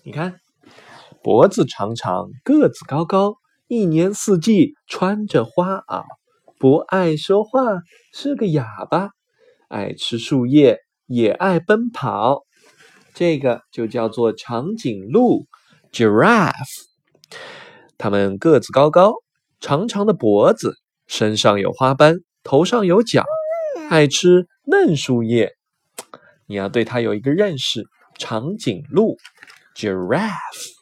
你看，脖子长长，个子高高，一年四季穿着花袄，不爱说话，是个哑巴，爱吃树叶，也爱奔跑。这个就叫做长颈鹿 giraffe。 它们个子高高，长长的脖子，身上有花斑，头上有角，爱吃嫩树叶。你要对它有一个认识，长颈鹿 giraffe。